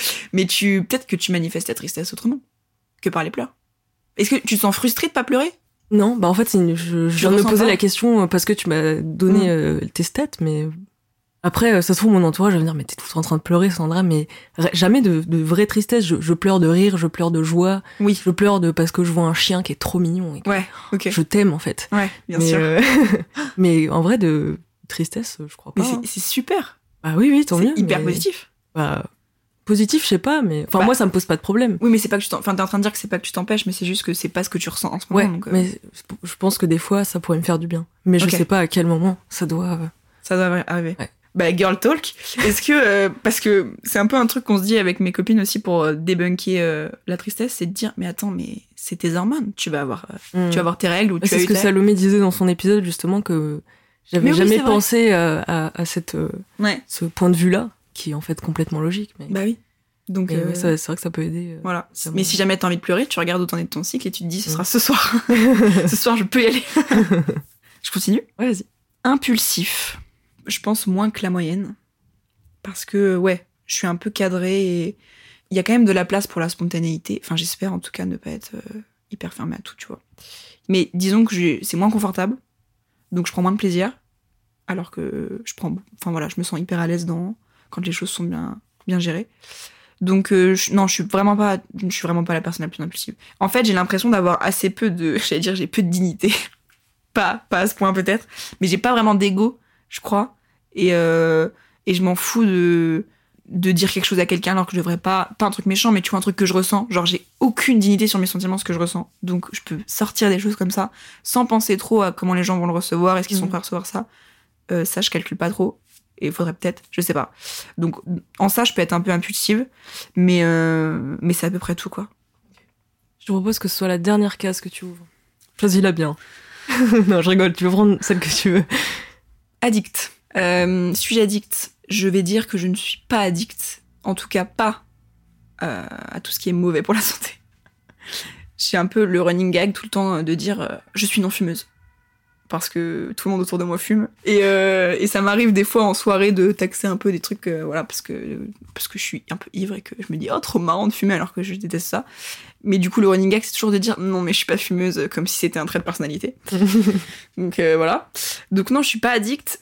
B: Mais peut-être que tu manifestes ta tristesse autrement que par les pleurs. Est-ce que tu te sens frustrée de pas pleurer ?
A: Non, bah en fait, je viens de me poser la question parce que tu m'as donné tes stats, mais après, ça se trouve, mon entourage va me dire, mais t'es tout le temps en train de pleurer, Sandra, mais jamais de vraie tristesse. Je pleure de rire, je pleure de joie.
B: Oui.
A: Je pleure parce que je vois un chien qui est trop mignon. Et
B: ouais, ok.
A: Je t'aime, en fait.
B: Ouais, bien sûr.
A: Mais en vrai, de tristesse, je crois pas.
B: Mais c'est super.
A: Bah oui, tant mieux.
B: C'est hyper positif.
A: Bah, positif, je sais pas, mais moi, ça me pose pas de problème.
B: Oui, mais c'est pas que t'es en train de dire que c'est pas que tu t'empêches, mais c'est juste que c'est pas ce que tu ressens en ce moment.
A: Ouais,
B: donc,
A: mais je pense que des fois, ça pourrait me faire du bien. Mais je sais pas à quel moment ça doit...
B: Ça doit arriver.
A: Ouais.
B: Bah, girl talk. Est-ce que... parce que c'est un peu un truc qu'on se dit avec mes copines aussi pour débunker la tristesse, c'est de dire, mais attends, mais c'est tes hormones. Tu vas avoir tes règles ou tu
A: C'est ce que Salomé disait dans son épisode, justement, que j'avais jamais pensé à ce point de vue-là, qui est en fait complètement logique. Mais...
B: Bah oui. Donc,
A: c'est vrai que ça peut aider.
B: Voilà. Mais si jamais t'as envie de pleurer, tu regardes où t'en es de ton cycle et tu te dis, ce sera ce soir. Ce soir, je peux y aller. Je continue ?
A: Ouais, vas-y.
B: Impulsif. Je pense moins que la moyenne. Parce que, je suis un peu cadrée et il y a quand même de la place pour la spontanéité. Enfin, j'espère en tout cas ne pas être hyper fermée à tout, tu vois. Mais disons que c'est moins confortable. Donc, je prends moins de plaisir. Alors que je me sens hyper à l'aise quand les choses sont bien gérées. Donc je suis vraiment pas la personne la plus impulsive. En fait, j'ai l'impression d'avoir assez peu de, j'ai peu de dignité. pas à ce point peut-être, mais j'ai pas vraiment d'ego, je crois. Et je m'en fous de dire quelque chose à quelqu'un alors que je devrais pas un truc méchant, mais tu vois, un truc que je ressens. Genre, j'ai aucune dignité sur mes sentiments, ce que je ressens. Donc je peux sortir des choses comme ça sans penser trop à comment les gens vont le recevoir, est-ce qu'ils sont prêts à recevoir ça. Ça, je calcule pas trop. Et il faudrait peut-être, je sais pas. Donc, en ça, je peux être un peu impulsive, mais c'est à peu près tout, quoi.
A: Je te propose que ce soit la dernière case que tu ouvres. Choisis-la bien. Non, je rigole, tu peux prendre celle que tu veux.
B: Addict. Suis-je addict ? Je vais dire que je ne suis pas addict. En tout cas, pas à tout ce qui est mauvais pour la santé. J'ai un peu le running gag tout le temps de dire je suis non-fumeuse. Parce que tout le monde autour de moi fume. Et ça m'arrive des fois en soirée de taxer un peu des trucs, parce que je suis un peu ivre et que je me dis, oh, trop marrant de fumer alors que je déteste ça. Mais du coup, le running gag, c'est toujours de dire, non, mais je suis pas fumeuse, comme si c'était un trait de personnalité. Donc voilà. Donc non, je suis pas addict.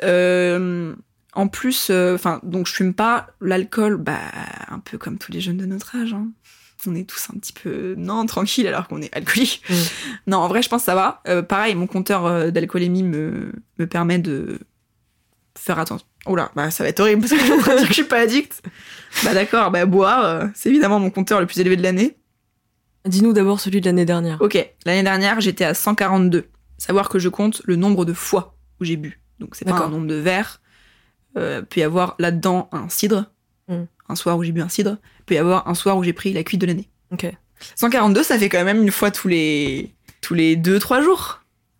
B: En plus, donc je fume pas l'alcool, un peu comme tous les jeunes de notre âge, hein. On est tous un petit peu tranquille alors qu'on est alcoolique. Non, en vrai, je pense que ça va. Pareil, mon compteur d'alcoolémie me permet de faire attention. Oh là, ça va être horrible parce que je suis en train de dire que je suis pas addict. D'accord, boire, c'est évidemment mon compteur le plus élevé de l'année.
A: Dis-nous d'abord celui de l'année dernière.
B: Ok, l'année dernière, j'étais à 142. Savoir que je compte le nombre de fois où j'ai bu. Donc c'est pas un nombre de verres. Peut y avoir là-dedans un cidre. Un soir où j'ai bu un cidre. Peut y avoir un soir où j'ai pris la cuite de l'année.
A: Ok.
B: 142, ça fait quand même une fois tous les 2-3 jours.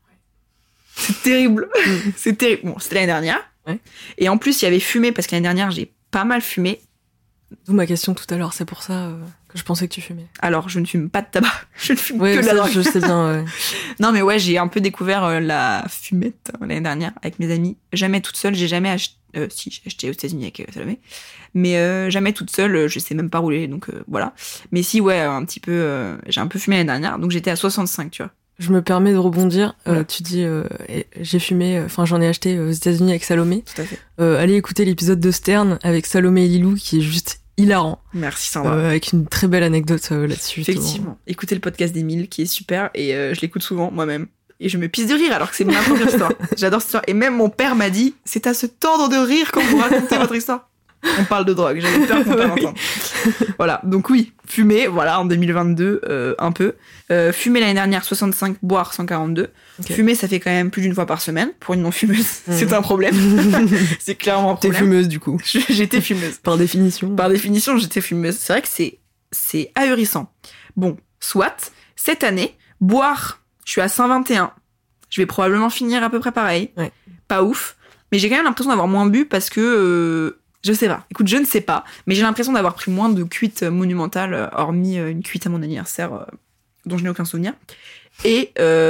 B: C'est terrible. C'est terrible. Bon, c'était l'année dernière.
A: Ouais.
B: Et en plus, il y avait fumé, parce que l'année dernière, j'ai pas mal fumé.
A: D'où ma question tout à l'heure, c'est pour ça que je pensais que tu fumais.
B: Alors, je ne fume pas de tabac. Je ne fume que de la drogue.
A: Je sais bien, ouais.
B: Non, mais j'ai un peu découvert la fumette l'année dernière avec mes amis. Jamais toute seule, j'ai jamais acheté... si, j'ai acheté aux États-Unis avec Salomé. Mais jamais toute seule, je sais même pas rouler, donc voilà. Mais si, un petit peu... j'ai un peu fumé l'année dernière, donc j'étais à 65, tu vois.
A: Je me permets de rebondir. Tu dis, j'ai fumé, j'en ai acheté aux États-Unis avec Salomé.
B: Tout à fait.
A: Allez écouter l'épisode de Stern avec Salomé et Lilou, qui est juste hilarant.
B: Merci Sandra.
A: Avec une très belle anecdote là-dessus.
B: Effectivement.
A: Justement.
B: Écoutez le podcast d'Émile, qui est super, et je l'écoute souvent moi-même. Et je me pisse de rire alors que c'est ma propre histoire. J'adore cette histoire. Et même mon père m'a dit, c'est à se tordre de rire quand vous racontez votre histoire. On parle de drogue, j'avais peur qu'on parle entendre. Voilà, donc oui, fumer, voilà, en 2022, un peu. Fumer l'année dernière, 65, boire 142. Okay. Fumer, ça fait quand même plus d'une fois par semaine. Pour une non-fumeuse, c'est un problème. C'est clairement un problème.
A: T'es fumeuse, du coup.
B: J'étais fumeuse.
A: Par définition.
B: Par définition, j'étais fumeuse. C'est vrai que c'est ahurissant. Bon, soit, cette année, boire, je suis à 121. Je vais probablement finir à peu près pareil.
A: Ouais.
B: Pas ouf. Mais j'ai quand même l'impression d'avoir moins bu parce que... je sais pas. Écoute, je ne sais pas. Mais j'ai l'impression d'avoir pris moins de cuites monumentales, hormis une cuite à mon anniversaire dont je n'ai aucun souvenir. Et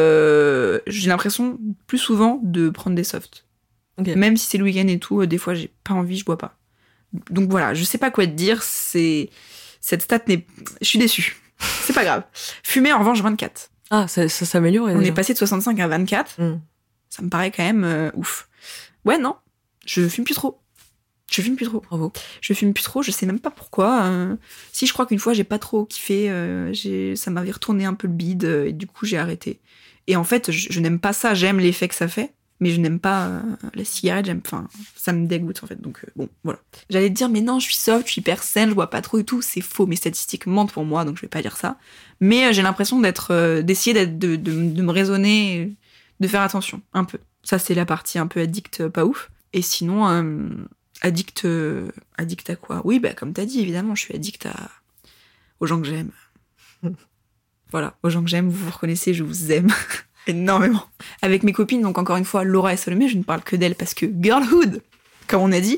B: j'ai l'impression plus souvent de prendre des softs. Okay. Même si c'est le week-end et tout, des fois j'ai pas envie, je bois pas. Donc voilà, je sais pas quoi te dire. Cette stat je suis déçue. C'est pas grave. Fumer en revanche 24.
A: Ah, ça s'améliore.
B: On est passé de 65 à 24. Ça me paraît quand même ouf. Ouais, non, je fume plus trop.
A: Bravo.
B: Je fume plus trop, je sais même pas pourquoi. Si, je crois qu'une fois, j'ai pas trop kiffé. Ça m'avait retourné un peu le bide et du coup, j'ai arrêté. Et en fait, je n'aime pas ça. J'aime l'effet que ça fait, mais je n'aime pas la cigarette. Enfin, ça me dégoûte en fait. Donc bon, voilà. J'allais te dire, mais non, je suis soft, je suis hyper saine, je bois pas trop et tout. C'est faux. Mes statistiques mentent pour moi, donc je vais pas dire ça. Mais j'ai l'impression d'essayer de me raisonner, de faire attention un peu. Ça, c'est la partie un peu addict, pas ouf. Et sinon. Addict à quoi? Oui, bah comme t'as dit, évidemment, je suis addict aux gens que j'aime. Voilà, aux gens que j'aime, vous reconnaissez, je vous aime énormément. Avec mes copines, donc encore une fois, Laura et Salomé, je ne parle que d'elles parce que girlhood, comme on a dit,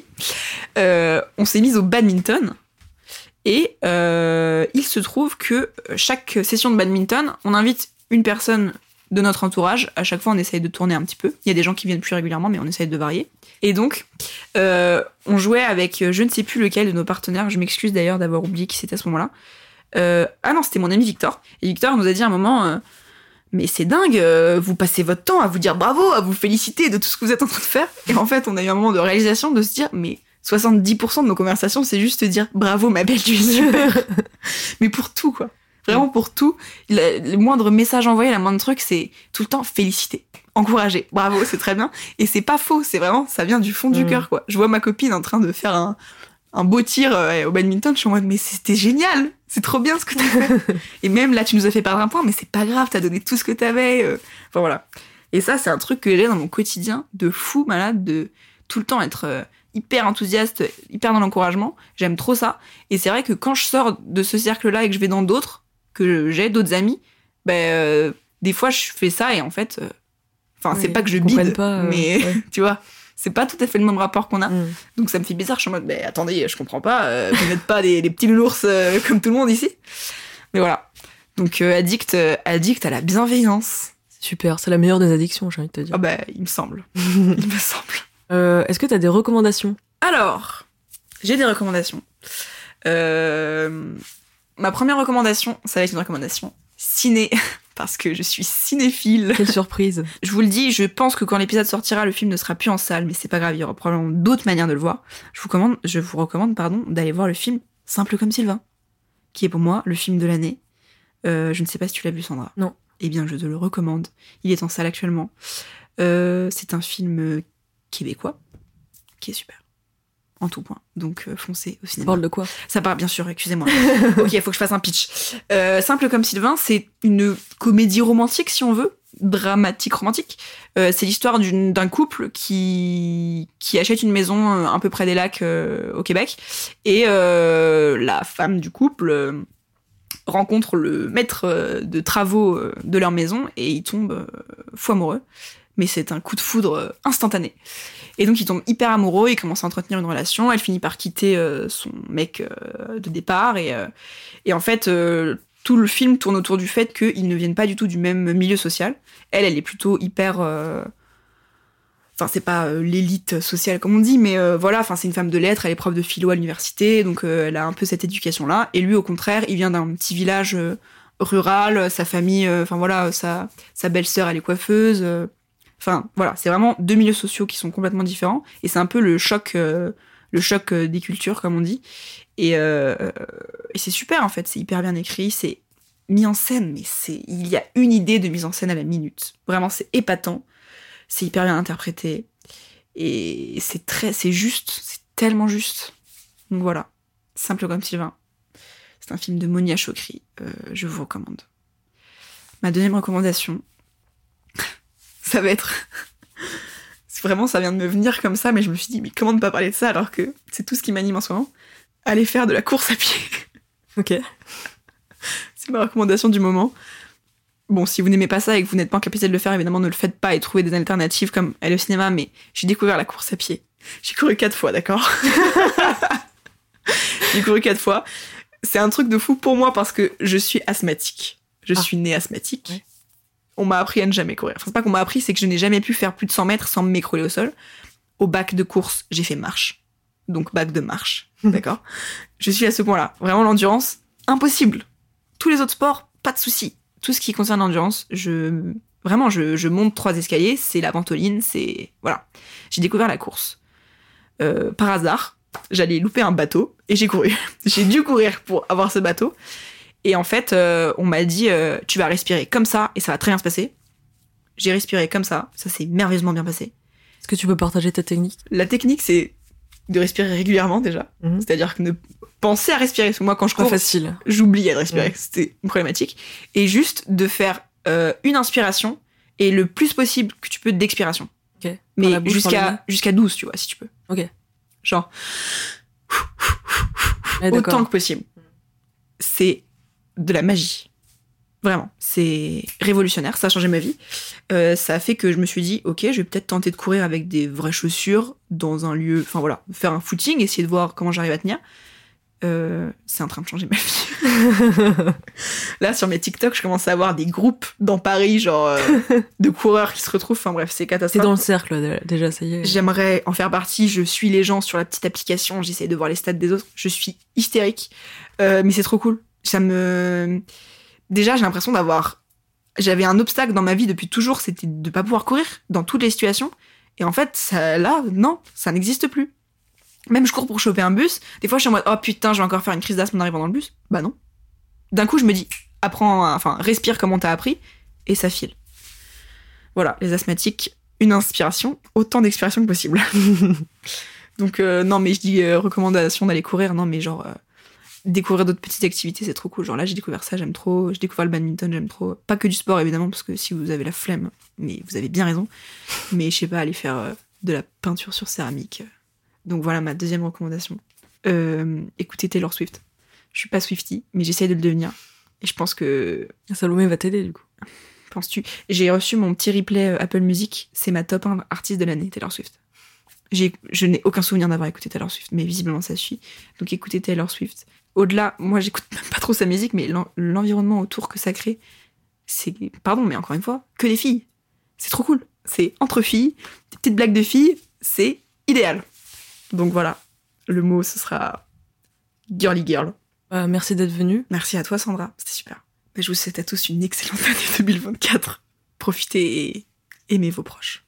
B: on s'est mis au badminton. Et il se trouve que chaque session de badminton, on invite une personne de notre entourage. À chaque fois, on essaye de tourner un petit peu. Il y a des gens qui viennent plus régulièrement, mais on essaye de varier. Et donc, on jouait avec je ne sais plus lequel de nos partenaires. Je m'excuse d'ailleurs d'avoir oublié qui c'était à ce moment-là. Ah non, c'était mon ami Victor. Et Victor nous a dit à un moment, mais c'est dingue, vous passez votre temps à vous dire bravo, à vous féliciter de tout ce que vous êtes en train de faire. Et en fait, on a eu un moment de réalisation de se dire, mais 70% de nos conversations, c'est juste dire bravo ma belle, tu es super. Mais pour tout, quoi. Vraiment pour tout. Le moindre message envoyé, la moindre truc, c'est tout le temps féliciter, encourager, bravo, c'est très bien. Et c'est pas faux, c'est vraiment, ça vient du fond du cœur, quoi. Je vois ma copine en train de faire un beau tir au badminton, je suis en mode, mais c'était génial, c'est trop bien ce que t'as fait. Et même là, tu nous as fait perdre un point, mais c'est pas grave, t'as donné tout ce que t'avais. Enfin voilà. Et ça, c'est un truc que j'ai dans mon quotidien, de fou malade, de tout le temps être hyper enthousiaste, hyper dans l'encouragement. J'aime trop ça. Et c'est vrai que quand je sors de ce cercle-là et que je vais dans d'autres, que j'ai d'autres amis, des fois je fais ça et en fait, c'est pas que je bide, mais tu vois, c'est pas tout à fait le même rapport qu'on a. Donc ça me fait bizarre, je suis en mode, attendez, je comprends pas, vous n'êtes pas des petits nounours comme tout le monde ici. Mais voilà. Donc addict à la bienveillance.
A: Super, c'est la meilleure des addictions, j'ai envie de te dire.
B: Ah il me semble. Il me semble.
A: Est-ce que t'as des recommandations?
B: Alors, j'ai des recommandations. Ma première recommandation, ça va être une recommandation ciné, parce que je suis cinéphile.
A: Quelle surprise.
B: Je vous le dis, je pense que quand l'épisode sortira, le film ne sera plus en salle, mais c'est pas grave, il y aura probablement d'autres manières de le voir. Je vous recommande, d'aller voir le film Simple comme Sylvain, qui est pour moi le film de l'année. Je ne sais pas si tu l'as vu, Sandra.
A: Non.
B: Eh bien, je te le recommande. Il est en salle actuellement. C'est un film québécois, qui est super. En tout point. Donc, foncez au cinéma.
A: Ça parle de quoi?
B: Ça parle, bien sûr, excusez-moi. Ok, il faut que je fasse un pitch. Simple comme Sylvain, c'est une comédie romantique, si on veut. Dramatique romantique. C'est l'histoire d'un couple qui achète une maison un peu près des lacs au Québec. Et la femme du couple rencontre le maître de travaux de leur maison et ils tombent fou amoureux. Mais c'est un coup de foudre instantané. Et donc, ils tombent hyper amoureux, ils commencent à entretenir une relation, elle finit par quitter son mec de départ, et en fait, tout le film tourne autour du fait qu'ils ne viennent pas du tout du même milieu social. Elle est plutôt hyper... c'est pas l'élite sociale comme on dit, mais c'est une femme de lettres, elle est prof de philo à l'université, donc elle a un peu cette éducation-là, et lui, au contraire, il vient d'un petit village rural, sa famille, sa belle-sœur, elle est coiffeuse... c'est vraiment deux milieux sociaux qui sont complètement différents, et c'est un peu le choc des cultures, comme on dit. Et c'est super, en fait, c'est hyper bien écrit, c'est mis en scène, mais il y a une idée de mise en scène à la minute. Vraiment, c'est épatant, c'est hyper bien interprété, et c'est juste, c'est tellement juste. Donc voilà, Simple comme Sylvain. C'est un film de Monia Chokri, je vous recommande. Ma deuxième recommandation, ça va être... Vraiment, ça vient de me venir comme ça, mais je me suis dit, mais comment ne pas parler de ça alors que c'est tout ce qui m'anime en ce moment? Aller faire de la course à pied.
A: Ok.
B: C'est ma recommandation du moment. Bon, si vous n'aimez pas ça et que vous n'êtes pas en capacité de le faire, évidemment, ne le faites pas et trouvez des alternatives comme aller au cinéma, mais j'ai découvert la course à pied. J'ai couru 4 fois, d'accord? J'ai couru 4 fois. C'est un truc de fou pour moi parce que je suis asthmatique. Je suis née asthmatique. Ouais. On m'a appris à ne jamais courir. Enfin, c'est pas qu'on m'a appris, c'est que je n'ai jamais pu faire plus de 100 mètres sans m'écrouler au sol. Au bac de course, j'ai fait marche. Donc bac de marche, d'accord? Je suis à ce point-là. Vraiment, l'endurance, impossible. Tous les autres sports, pas de souci. tout ce qui concerne l'endurance, vraiment, je monte 3 escaliers, c'est la ventoline, c'est... Voilà. J'ai découvert la course. Par hasard, j'allais louper un bateau et j'ai couru. J'ai dû courir pour avoir ce bateau. Et en fait, on m'a dit, tu vas respirer comme ça et ça va très bien se passer. J'ai respiré comme ça s'est merveilleusement bien passé.
A: Est-ce que tu peux partager ta technique ?
B: La technique, c'est de respirer régulièrement déjà. C'est-à-dire que ne penser à respirer. Parce que moi, quand je cours,
A: facile.
B: J'oubliais de respirer. C'était une problématique. Et juste de faire une inspiration et le plus possible que tu peux d'expiration.
A: Okay.
B: Mais jusqu'à 12, tu vois, si tu peux.
A: Ok.
B: Genre, autant que possible. C'est de la magie. Vraiment. C'est révolutionnaire. Ça a changé ma vie. Ça a fait que je me suis dit, ok, je vais peut-être tenter de courir avec des vraies chaussures dans un lieu, enfin voilà, faire un footing, essayer de voir comment j'arrive à tenir. C'est en train de changer ma vie. Là, sur mes TikTok, je commence à avoir des groupes dans Paris, genre de coureurs qui se retrouvent. Enfin bref, c'est catastrophique.
A: T'es dans le cercle déjà, ça y est.
B: J'aimerais en faire partie. Je suis les gens sur la petite application. J'essaie de voir les stats des autres. Je suis hystérique, mais c'est trop cool. Déjà, j'ai l'impression j'avais un obstacle dans ma vie depuis toujours, c'était de pas pouvoir courir dans toutes les situations. Et en fait, non, ça n'existe plus. Même je cours pour choper un bus, des fois je suis en mode oh putain, je vais encore faire une crise d'asthme en arrivant dans le bus. Bah non. D'un coup, je me dis respire comme on t'a appris et ça file. Voilà, les asthmatiques, une inspiration, autant d'expiration que possible. Donc non, mais je dis recommandation d'aller courir, non mais genre découvrir d'autres petites activités, c'est trop cool. Genre là, j'ai découvert ça, j'aime trop. J'ai découvert le badminton, j'aime trop. Pas que du sport, évidemment, parce que si vous avez la flemme, mais vous avez bien raison. Mais je sais pas, aller faire de la peinture sur céramique. Donc voilà ma deuxième recommandation. Écoutez Taylor Swift. Je suis pas Swiftie, mais j'essaie de le devenir. Et je pense que...
A: Salomé va t'aider, du coup.
B: Penses-tu ? J'ai reçu mon petit replay Apple Music. C'est ma top 1 artiste de l'année, Taylor Swift. Je n'ai aucun souvenir d'avoir écouté Taylor Swift, mais visiblement ça suit. Donc écoutez Taylor Swift. Au-delà, moi j'écoute même pas trop sa musique, mais l'environnement autour que ça crée, c'est, pardon, mais encore une fois, que des filles. C'est trop cool. C'est entre filles, des petites blagues de filles, c'est idéal. Donc voilà, le mot ce sera girly girl.
A: Merci d'être venue.
B: Merci à toi Sandra, c'était super. Je vous souhaite à tous une excellente année 2024. Profitez et aimez vos proches.